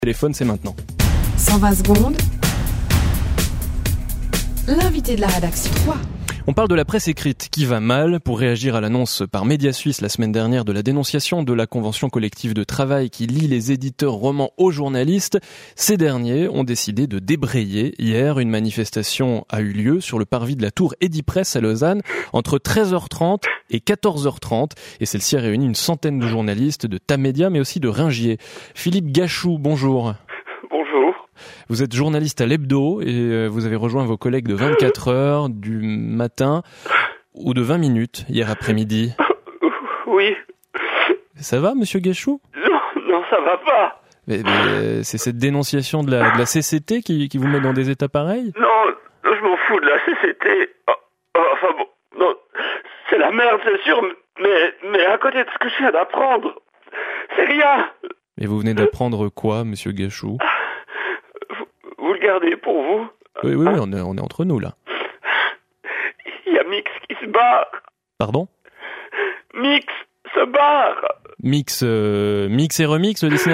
Téléphone, c'est maintenant. 120 secondes. L'invité de la rédaction. On parle de la presse écrite qui va mal. Pour réagir à l'annonce par Média Suisse la semaine dernière de la dénonciation de la convention collective de travail qui lie les éditeurs romans aux journalistes, ces derniers ont décidé de débrayer. Hier, une manifestation a eu lieu sur le parvis de la tour Edipresse à Lausanne entre 13h30 et 14h30. Et celle-ci a réuni une centaine de journalistes de Tamedia mais aussi de Ringier. Philippe Gachou, bonjour. Bonjour. Vous êtes journaliste à l'Hebdo et vous avez rejoint vos collègues de 24 heures du matin ou de 20 minutes hier après-midi. Oui. Ça va, monsieur Gachou ? Non, ça va pas. Mais c'est cette dénonciation de la CCT qui vous met dans des états pareils ? Non, je m'en fous de la CCT. Enfin bon, non, c'est la merde, c'est sûr, mais à côté de ce que je viens d'apprendre, c'est rien. Et vous venez d'apprendre quoi, monsieur Gachou ? Vous le gardez pour vous ? Oui, on est entre nous, là. Il y a Mix qui se barre. Pardon ? Mix se barre. Mix et Remix, le dessinateur ?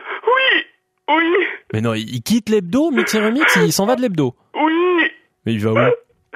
Oui. Mais non, il quitte l'Hebdo, Mix et Remix, il s'en va de l'Hebdo. Oui. Mais il va où ?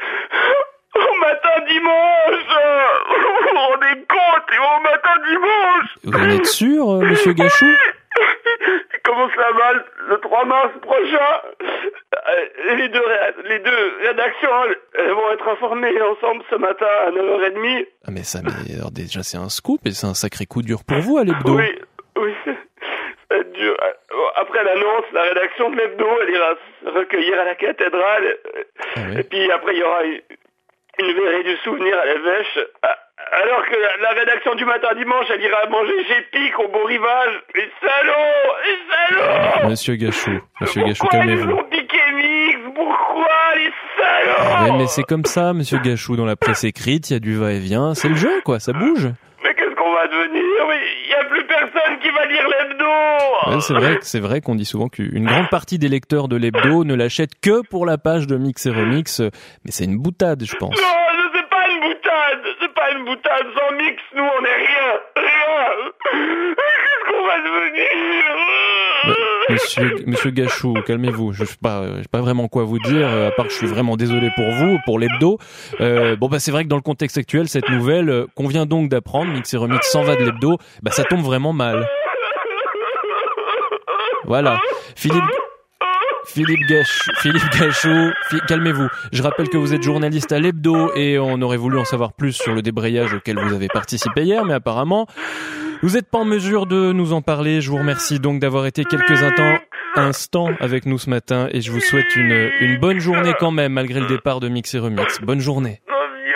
Au matin dimanche. Vous vous rendez compte ? Au matin dimanche. Vous en êtes sûr, monsieur Gachou ? Il commence la balle le 3 mars prochain. Les deux rédactions, elles vont être informées ensemble ce matin à 9h30. Ah mais alors déjà c'est un scoop et c'est un sacré coup dur pour vous à l'Hebdo. Oui, ça va être dur. Après l'annonce, la rédaction de l'Hebdo, elle ira se recueillir à la cathédrale. Ah oui. Et puis après, il y aura une verrée du souvenir à l'évêche. Alors que la rédaction du matin dimanche, elle ira manger chez Pic au Beau Rivage. Les salauds. Monsieur Gachou, Pourquoi calmez-vous. ils ont piqué Mix ? Pourquoi les salauds ? Mais c'est comme ça, monsieur Gachou, dans la presse écrite, il y a du va-et-vient, c'est le jeu quoi, ça bouge. Mais qu'est-ce qu'on va devenir ? Mais il n'y a plus personne qui va lire l'Hebdo. Ouais, c'est vrai qu'on dit souvent qu'une grande partie des lecteurs de l'Hebdo ne l'achètent que pour la page de Mix et Remix, mais c'est une boutade, je pense. Non, c'est pas une boutade, sans Mix, nous on est rien. Qu'est-ce qu'on va devenir ? Monsieur Gachou, calmez-vous, je sais pas vraiment quoi vous dire, à part que je suis vraiment désolé pour vous, pour l'Hebdo. C'est vrai que dans le contexte actuel, cette nouvelle qu'on vient donc d'apprendre, Mix et Remix s'en va de l'Hebdo, ça tombe vraiment mal. Voilà, Philippe Gachou, calmez-vous. Je rappelle que vous êtes journaliste à l'Hebdo et on aurait voulu en savoir plus sur le débrayage auquel vous avez participé hier, mais apparemment, vous n'êtes pas en mesure de nous en parler. Je vous remercie donc d'avoir été quelques instants avec nous ce matin et je vous souhaite une bonne journée quand même, malgré le départ de Mix et Remix. Bonne journée.